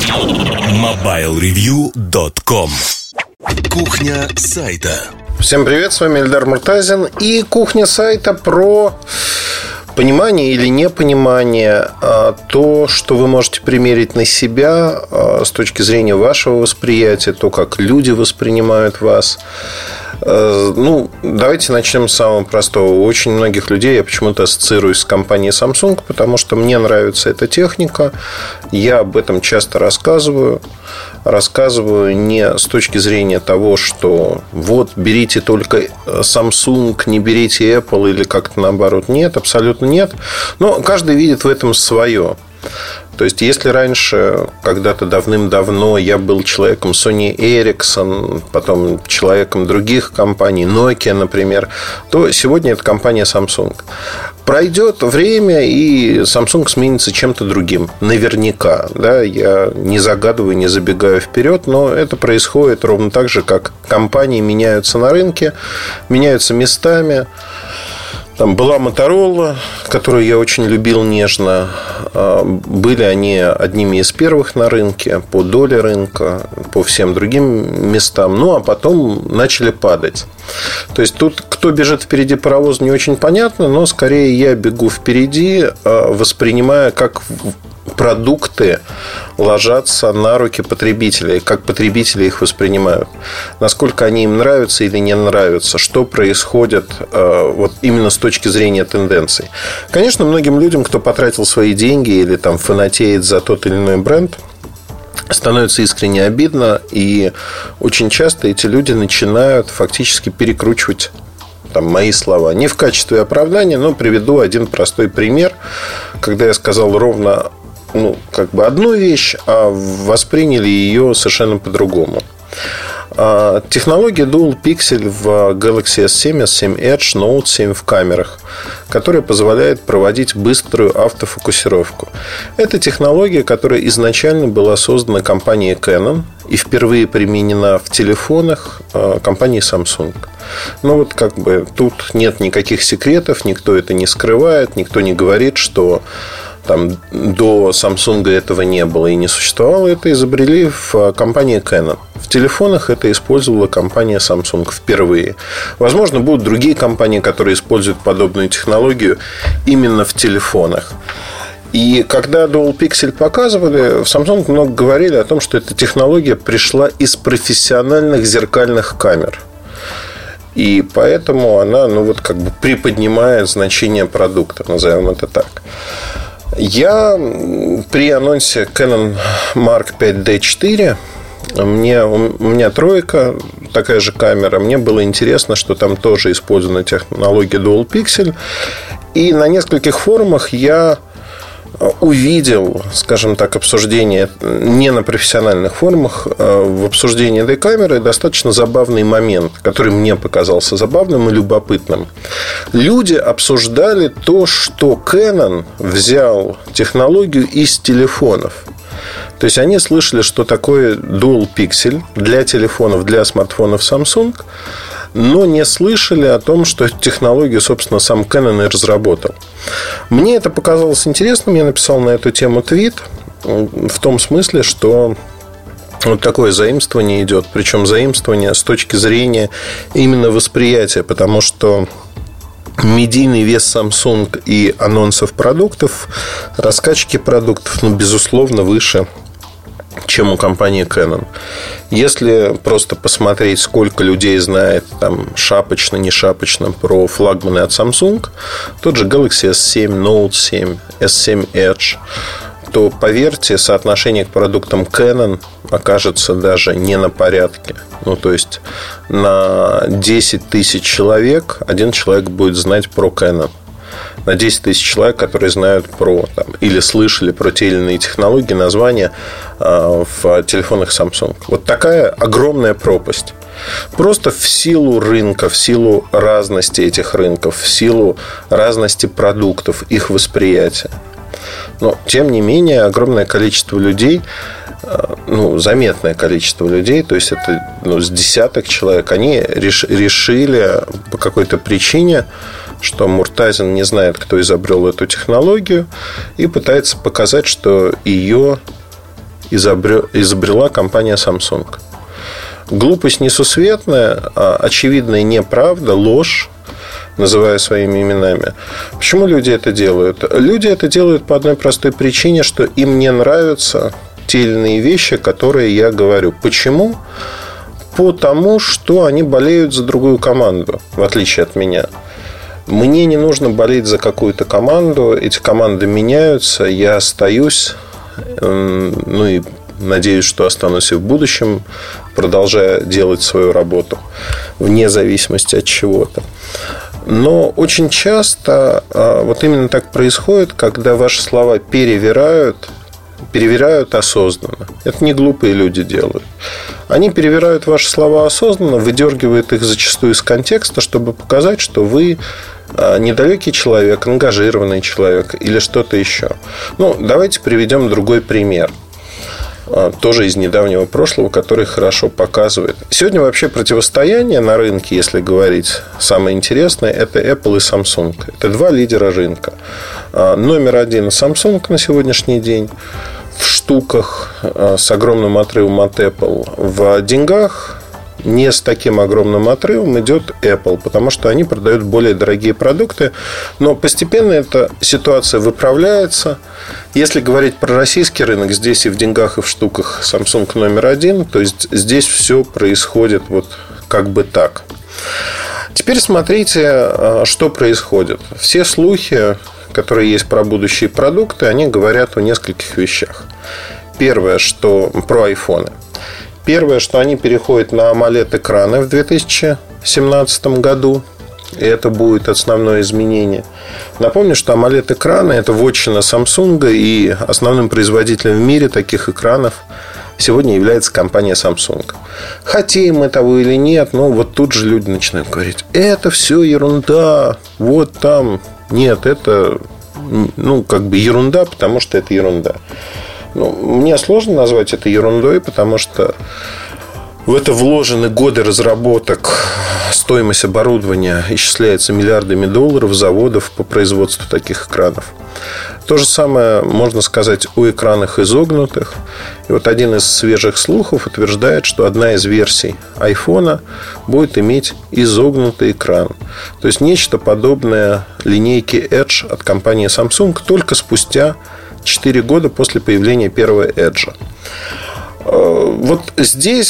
MobileReview.com. Кухня сайта. Всем привет, с вами Эльдар Муртазин. И кухня сайта про понимание или непонимание, то, что вы можете примерить на себя с точки зрения вашего восприятия, то, как люди воспринимают вас. Давайте начнем с самого простого. У очень многих людей я почему-то ассоциируюсь с компанией Samsung, потому что мне нравится эта техника. Я об этом часто рассказываю. Рассказываю не с точки зрения того, что вот берите только Samsung, не берите Apple или как-то наоборот. Нет, абсолютно нет. Но каждый видит в этом свое. То есть, если раньше, когда-то давным-давно я был человеком Sony Ericsson, потом человеком других компаний, Nokia, например, то сегодня это компания Samsung. Пройдет время, и Samsung сменится чем-то другим. Наверняка. Да? Я не загадываю, не забегаю вперед, но это происходит ровно так же, как компании меняются на рынке, меняются местами. Там была Motorola, которую я очень любил нежно. Были они одними из первых на рынке, по доле рынка, по всем другим местам. А потом начали падать. То есть, тут кто бежит впереди паровоза, не очень понятно. Но скорее я бегу впереди, воспринимая, как продукты ложатся на руки потребителей, как потребители их воспринимают, насколько они им нравятся или не нравятся, что происходит вот именно с точки зрения тенденций. Конечно, многим людям, кто потратил свои деньги или там фанатеет за тот или иной бренд, становится искренне обидно, и очень часто эти люди начинают фактически перекручивать мои слова. Не в качестве оправдания, но приведу один простой пример, когда я сказал ровно одну вещь, а восприняли ее совершенно по-другому. Технология Dual Pixel в Galaxy S7, S7 Edge, Note 7 в камерах, которая позволяет проводить быструю автофокусировку. Это технология, которая изначально была создана компанией Canon и впервые применена в телефонах компании Samsung. Но тут нет никаких секретов, никто это не скрывает, никто не говорит, что до Samsung этого не было и не существовало. Это изобрели в компании Canon. В телефонах это использовала компания Samsung впервые. Возможно, будут другие компании, которые используют подобную технологию именно в телефонах. И когда Dual Pixel показывали, в Samsung много говорили о том, что эта технология пришла из профессиональных зеркальных камер. И поэтому она приподнимает значение продукта, назовем это так. Я при анонсе Canon Mark 5D4, у меня тройка, такая же камера. Мне было интересно, что там тоже использована технология Dual Pixel. И на нескольких форумах я увидел, скажем так, обсуждение, не на профессиональных форумах, в обсуждении этой камеры достаточно забавный момент, который мне показался забавным и любопытным. Люди обсуждали то, что Canon взял технологию из телефонов. То есть, они слышали, что такое Dual Pixel для телефонов, для смартфонов Samsung, но не слышали о том, что эту технологию, собственно, сам Canon и разработал. Мне это показалось интересным. Я написал на эту тему твит, в том смысле, что вот такое заимствование идет. Причем заимствование с точки зрения именно восприятия. Потому что медийный вес Samsung и анонсов продуктов, раскачки продуктов, безусловно, выше, чем у компании Canon. Если просто посмотреть, сколько людей знает шапочно, не шапочно про флагманы от Samsung, тот же Galaxy S7, Note 7, S7 Edge, то, поверьте, соотношение к продуктам Canon окажется даже не на порядке. То есть, на 10 тысяч человек один человек будет знать про Canon. На 10 тысяч человек, которые знают про или слышали про те или иные технологии, названия в телефонах Samsung. Вот такая огромная пропасть. Просто в силу рынка, в силу разности этих рынков, в силу разности продуктов, их восприятия. Но, тем не менее, огромное количество людей, заметное количество людей, то есть это с десяток человек, они решили по какой-то причине, что Муртазин не знает, кто изобрел эту технологию, и пытается показать, что ее изобрела компания Samsung. Глупость несусветная, очевидная неправда, ложь, называя своими именами. Почему люди это делают? Люди это делают по одной простой причине, что им не нравятся те или иные вещи, которые я говорю. Почему? Потому что они болеют за другую команду, в отличие от меня. Мне не нужно болеть за какую-то команду. Эти команды меняются. Я остаюсь. И надеюсь, что останусь и в будущем, продолжая делать свою работу вне зависимости от чего-то. Но очень часто вот именно так происходит, когда ваши слова перевирают осознанно. Это не глупые люди делают. Они перевирают ваши слова осознанно, выдергивают их зачастую из контекста, чтобы показать, что вы недалекий человек, ангажированный человек или что-то еще. Давайте приведем другой пример. Тоже из недавнего прошлого, который хорошо показывает. Сегодня вообще противостояние на рынке, если говорить, самое интересное, это Apple и Samsung. Это два лидера рынка. Номер один Samsung на сегодняшний день в штуках с огромным отрывом от Apple. В деньгах не с таким огромным отрывом идет Apple, потому что они продают более дорогие продукты. Но постепенно эта ситуация выправляется. Если говорить про российский рынок, здесь и в деньгах, и в штуках Samsung номер один. То есть здесь все происходит вот как бы так. Теперь смотрите, что происходит. Все слухи, которые есть про будущие продукты, они говорят о нескольких вещах. Первое, что про айфоны. Первое, что они переходят на AMOLED-экраны в 2017 году. И это будет основное изменение. Напомню, что AMOLED-экраны – это вотчина Samsung. И основным производителем в мире таких экранов сегодня является компания Samsung. Хотим мы того или нет, но вот тут же люди начинают говорить: это все ерунда. Вот там. Нет, это ерунда, потому что это ерунда. Мне сложно назвать это ерундой, потому что в это вложены годы разработок. Стоимость оборудования исчисляется миллиардами долларов, заводов по производству таких экранов. То же самое можно сказать о экранах изогнутых. И вот один из свежих слухов утверждает, что одна из версий iPhone будет иметь изогнутый экран. То есть нечто подобное линейке Edge от компании Samsung, только спустя 4 года после появления первого Edge. Вот здесь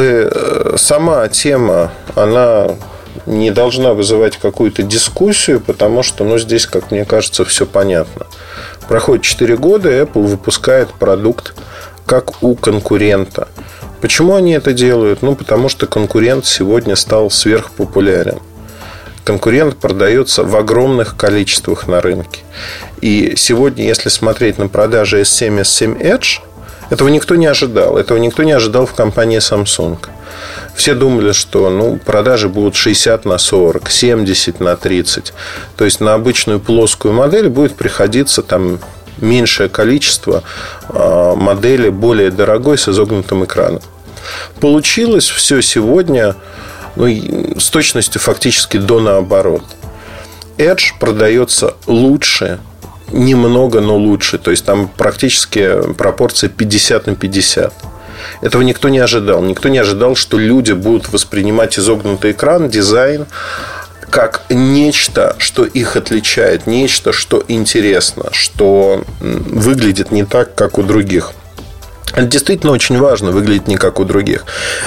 сама тема, она не должна вызывать какую-то дискуссию, потому что здесь, как мне кажется, все понятно. Проходит 4 года, Apple выпускает продукт как у конкурента. Почему они это делают? Потому что конкурент сегодня стал сверхпопулярен. Конкурент продается в огромных количествах на рынке. И сегодня, если смотреть на продажи S7 и S7 Edge, этого никто не ожидал. Этого никто не ожидал в компании Samsung. Все думали, что продажи будут 60/40, 70/30. То есть на обычную плоскую модель будет приходиться меньшее количество модели более дорогой с изогнутым экраном. Получилось все сегодня с точностью фактически до наоборот. Edge продается лучше, немного, но лучше. То есть там практически пропорция 50/50. Этого никто не ожидал. Никто не ожидал, что люди будут воспринимать изогнутый экран, дизайн, как нечто, что их отличает, нечто, что интересно, что выглядит не так, как у других. Это действительно очень важно, выглядит не как у других.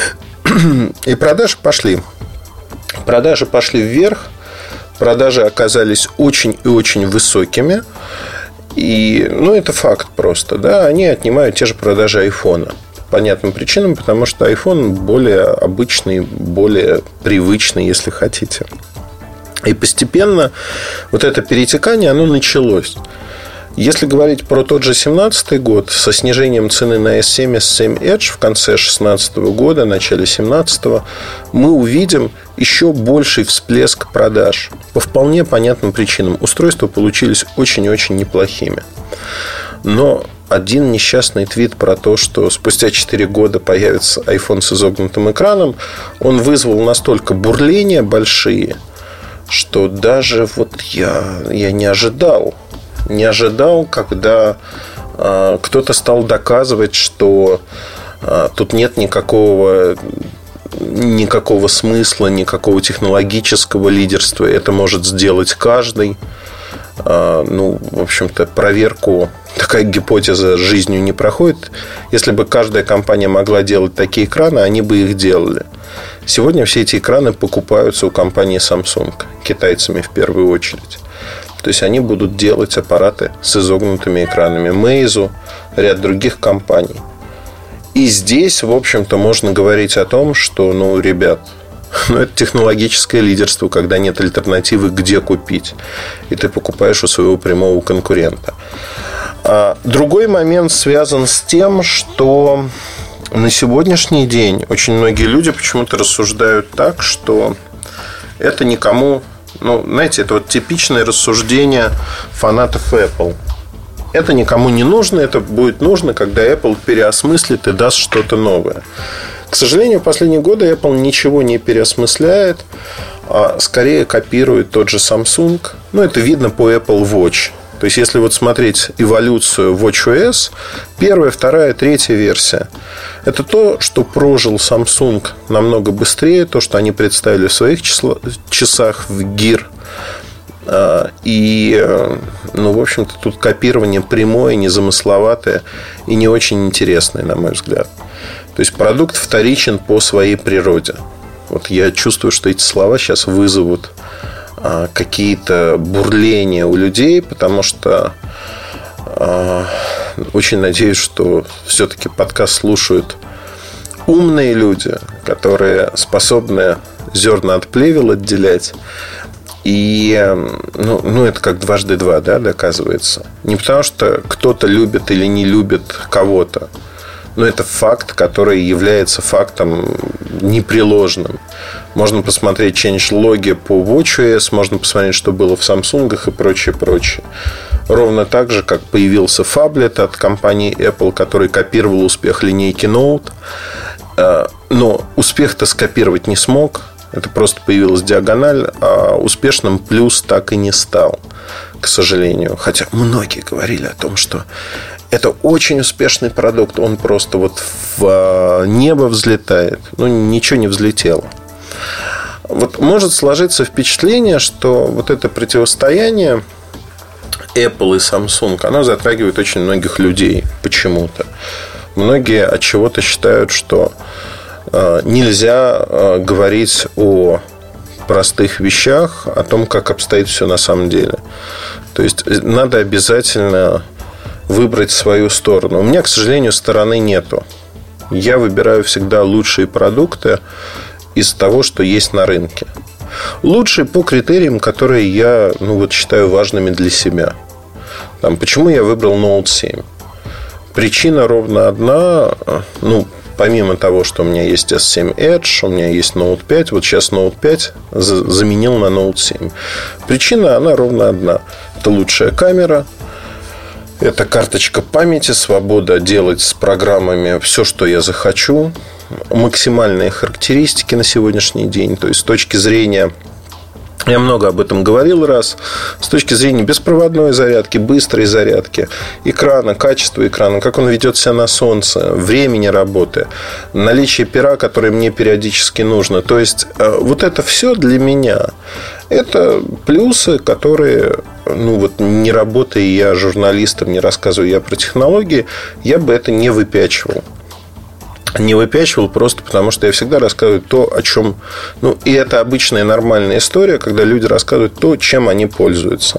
И продажи пошли. Продажи пошли вверх. Продажи оказались очень и очень высокими. И, это факт просто. Да, они отнимают те же продажи айфона. По понятным причинам, потому что iPhone более обычный, более привычный, если хотите. И постепенно вот это перетекание, оно началось. Если говорить про тот же 2017 год, со снижением цены на S7, S7 Edge в конце 2016 года, начале 2017, мы увидим еще больший всплеск продаж. По вполне понятным причинам. Устройства получились очень и очень неплохими. Но один несчастный твит про то, что спустя 4 года появится iPhone с изогнутым экраном, он вызвал настолько бурления большие, что даже вот я не ожидал. Не ожидал, когда Кто-то стал доказывать, что тут нет никакого смысла, никакого технологического лидерства. Это может сделать каждый. В общем-то, проверку такая гипотеза жизнью не проходит. Если бы каждая компания могла делать такие экраны, они бы их делали. Сегодня все эти экраны покупаются у компании Samsung, китайцами в первую очередь. То есть они будут делать аппараты с изогнутыми экранами. Meizu, ряд других компаний. И здесь, в общем-то, можно говорить о том, что, ребят, это технологическое лидерство, когда нет альтернативы, где купить. И ты покупаешь у своего прямого конкурента. Другой момент связан с тем, что на сегодняшний день очень многие люди почему-то рассуждают так, что это никому... знаете, это вот типичное рассуждение фанатов Apple. Это никому не нужно, это будет нужно, когда Apple переосмыслит и даст что-то новое. К сожалению, в последние годы Apple ничего не переосмысляет, а скорее копирует тот же Samsung. Это видно по Apple Watch. То есть, если вот смотреть эволюцию WatchOS, первая, вторая, третья версия, это то, что прожил Samsung намного быстрее, то, что они представили в своих часах в Gear. И, в общем-то, тут копирование прямое, незамысловатое и не очень интересное, на мой взгляд. То есть, продукт вторичен по своей природе. Вот я чувствую, что эти слова сейчас вызовут какие-то бурления у людей, потому что очень надеюсь, что все-таки подкаст слушают умные люди, которые способны зерна от плевел отделять. И это как дважды два, доказывается. Не потому что кто-то любит или не любит кого-то, но это факт, который является фактом непреложным. Можно посмотреть changelog по WatchOS, можно посмотреть, что было в Samsung и прочее. Ровно так же, как появился Phablet от компании Apple, который копировал успех линейки Note. Но успех-то скопировать не смог. Это просто появилась диагональ, а успешным плюс так и не стал, к сожалению. Хотя многие говорили о том, что это очень успешный продукт. Он просто вот в небо взлетает. Ничего не взлетело. Вот может сложиться впечатление, что вот это противостояние Apple и Samsung, оно затрагивает очень многих людей почему-то. Многие от чего-то считают, что нельзя говорить о простых вещах, о том, как обстоит все на самом деле. То есть надо обязательно выбрать свою сторону. У меня, к сожалению, стороны нету. Я выбираю всегда лучшие продукты из того, что есть на рынке. Лучшие по критериям, которые я считаю важными для себя. Почему я выбрал Note 7? Причина ровно одна. Помимо того, что у меня есть S7 Edge, у меня есть Note 5. Вот сейчас Note 5 заменил на Note 7. Причина, она ровно одна. Это лучшая камера. Это карточка памяти, свобода делать с программами все, что я захочу. Максимальные характеристики на сегодняшний день. То есть, с точки зрения... Я много об этом говорил раз. С точки зрения беспроводной зарядки, быстрой зарядки, экрана, качества экрана, как он ведет себя на солнце, времени работы, наличие пера, которое мне периодически нужно. То есть, вот это все для меня. Это плюсы, которые, не работая я журналистом, не рассказывая я про технологии, я бы это не выпячивал. Не выпячивал просто потому, что я всегда рассказываю то, о чем... и это обычная нормальная история, когда люди рассказывают то, чем они пользуются.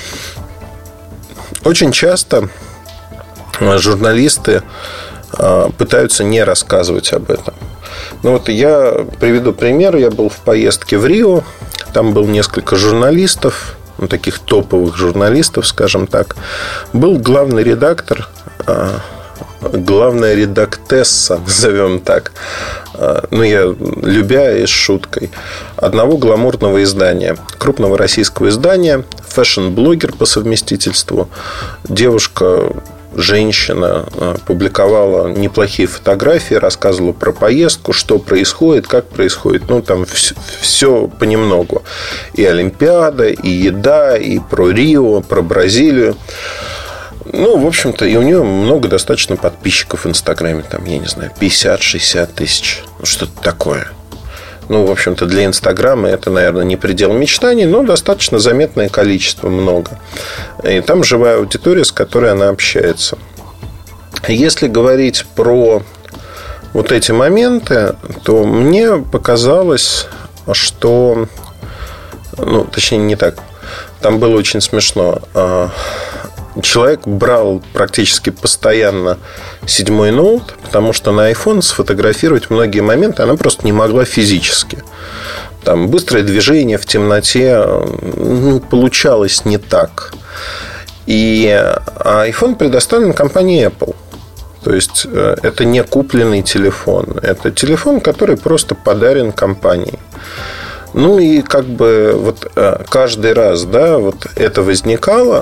Очень часто журналисты пытаются не рассказывать об этом. Я приведу пример. Я был в поездке в Рио. Там был несколько журналистов, таких топовых журналистов, скажем так. Был главный редактор... главная редактесса, назовем так, я любя и с шуткой, одного гламурного издания, крупного российского издания, фэшн-блогер по совместительству. Девушка, женщина, публиковала неплохие фотографии, рассказывала про поездку, что происходит, как происходит. Там все понемногу. И Олимпиада, и еда, и про Рио, про Бразилию. в общем-то, и у нее много достаточно подписчиков в Инстаграме. Там, я не знаю, 50-60 тысяч. Что-то такое. В общем-то, для Инстаграма это, наверное, не предел мечтаний, но достаточно заметное количество, много. И там живая аудитория, с которой она общается. Если говорить про вот эти моменты, то мне показалось, что... точнее, не так. Там было очень смешно. Человек брал практически постоянно 7-й ноут, потому что на iPhone сфотографировать многие моменты она просто не могла физически. Там быстрое движение в темноте получалось не так. И iPhone предоставлен компанией Apple. То есть это не купленный телефон. Это телефон, который просто подарен компанией. И вот каждый раз, это возникало,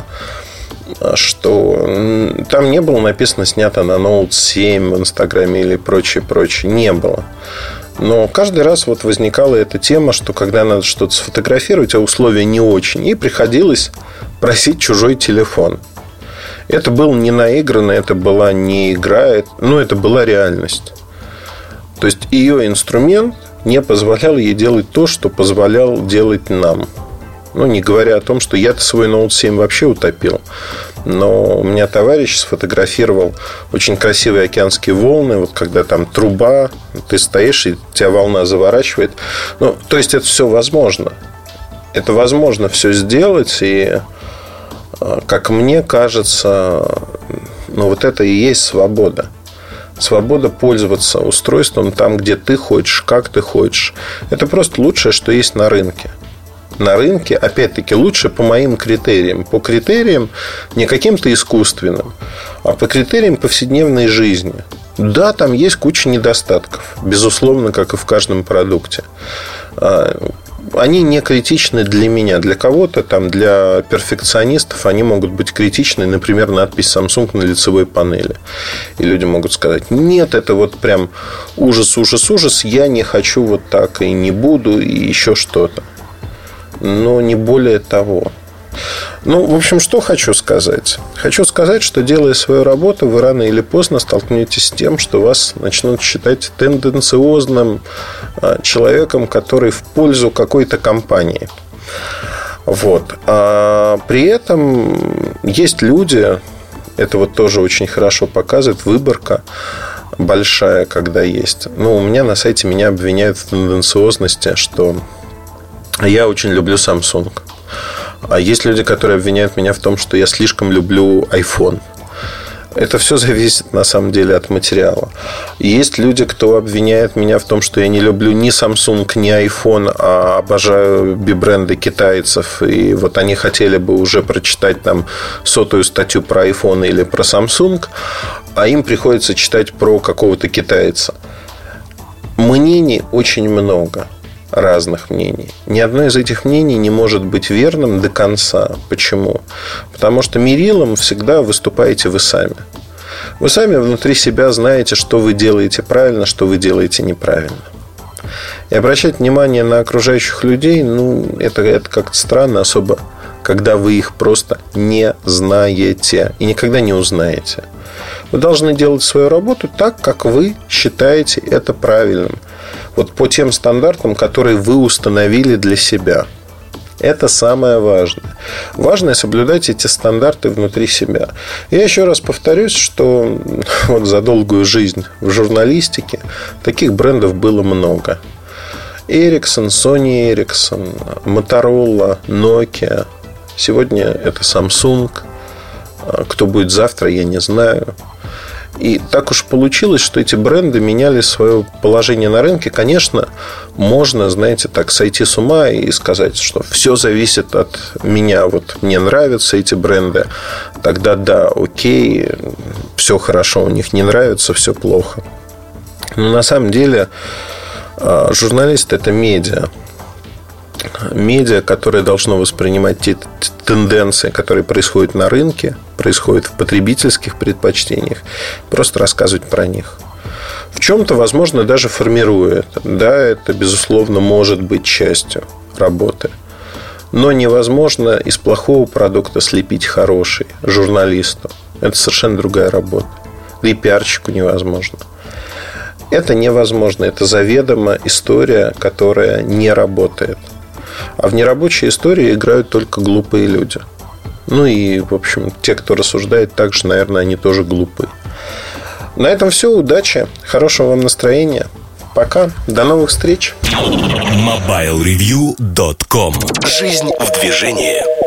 что там не было написано «снято на Note 7» в Инстаграме или прочее. Не было. Но каждый раз возникала эта тема, что когда надо что-то сфотографировать, а условия не очень, и приходилось просить чужой телефон. Это было не наигранно, это была не игра, это была реальность. То есть ее инструмент не позволял ей делать то, что позволял делать нам. Не говоря о том, что я-то свой Note 7 вообще утопил. Но у меня товарищ сфотографировал очень красивые океанские волны. Когда там труба, ты стоишь, и тебя волна заворачивает. То есть это все возможно. Это возможно все сделать. И, как мне кажется, это и есть свобода. Свобода пользоваться устройством там, где ты хочешь, как ты хочешь. Это просто лучшее, что есть на рынке. На рынке, опять-таки, лучше по моим критериям. По критериям не каким-то искусственным, а по критериям повседневной жизни. Да, там есть куча недостатков. Безусловно, как и в каждом продукте. Они не критичны для меня. Для кого-то, для перфекционистов, они могут быть критичны. Например, надпись Samsung на лицевой панели. И люди могут сказать: нет, это прям ужас, ужас, ужас. Я не хочу так и не буду, и еще что-то. Но не более того. В общем, что хочу сказать? Хочу сказать, что, делая свою работу, вы рано или поздно столкнетесь с тем, что вас начнут считать тенденциозным человеком, который в пользу какой-то компании. А при этом есть люди, это тоже очень хорошо показывает, выборка большая, когда есть. У меня на сайте меня обвиняют в тенденциозности, что я очень люблю Samsung. А есть люди, которые обвиняют меня в том, что я слишком люблю iPhone. Это все зависит, на самом деле, от материала. Есть люди, кто обвиняет меня в том, что я не люблю ни Samsung, ни iPhone, а обожаю бренды китайцев. И они хотели бы уже прочитать 100-ю статью про iPhone или про Samsung, а им приходится читать про какого-то китайца. Мнений очень много. Разных мнений. Ни одно из этих мнений не может быть верным до конца. Почему? Потому что мерилом всегда выступаете вы сами. Вы сами внутри себя знаете, что вы делаете правильно, что вы делаете неправильно. И обращать внимание на окружающих людей, это как-то странно, особо когда вы их просто не знаете и никогда не узнаете. Вы должны делать свою работу так, как вы считаете это правильным. По тем стандартам, которые вы установили для себя. Это самое важное. Важно соблюдать эти стандарты внутри себя. Я еще раз повторюсь, что за долгую жизнь в журналистике таких брендов было много. Ericsson, Sony Ericsson, Motorola, Nokia. Сегодня это Samsung. Кто будет завтра, я не знаю. И так уж получилось, что эти бренды меняли свое положение на рынке. Конечно, можно, сойти с ума и сказать, что все зависит от меня. Мне нравятся эти бренды. Тогда да, окей, все хорошо, у них не нравится, все плохо. Но на самом деле журналист – это медиа. Медиа, которое должно воспринимать те тенденции, которые происходят на рынке, происходят в потребительских предпочтениях, просто рассказывать про них. В чем-то, возможно, даже формируя это. Да, это, безусловно, может быть частью работы. Но невозможно из плохого продукта слепить хороший журналисту. Это совершенно другая работа. Да и пиарщику невозможно. Это невозможно. Это заведомо история, которая не работает. А в нерабочие истории играют только глупые люди. Ну и, в общем, те, кто рассуждает так же, наверное, они тоже глупые. На этом все. Удачи. Хорошего вам настроения. Пока. До новых встреч. MobileReview.com. Жизнь в движении.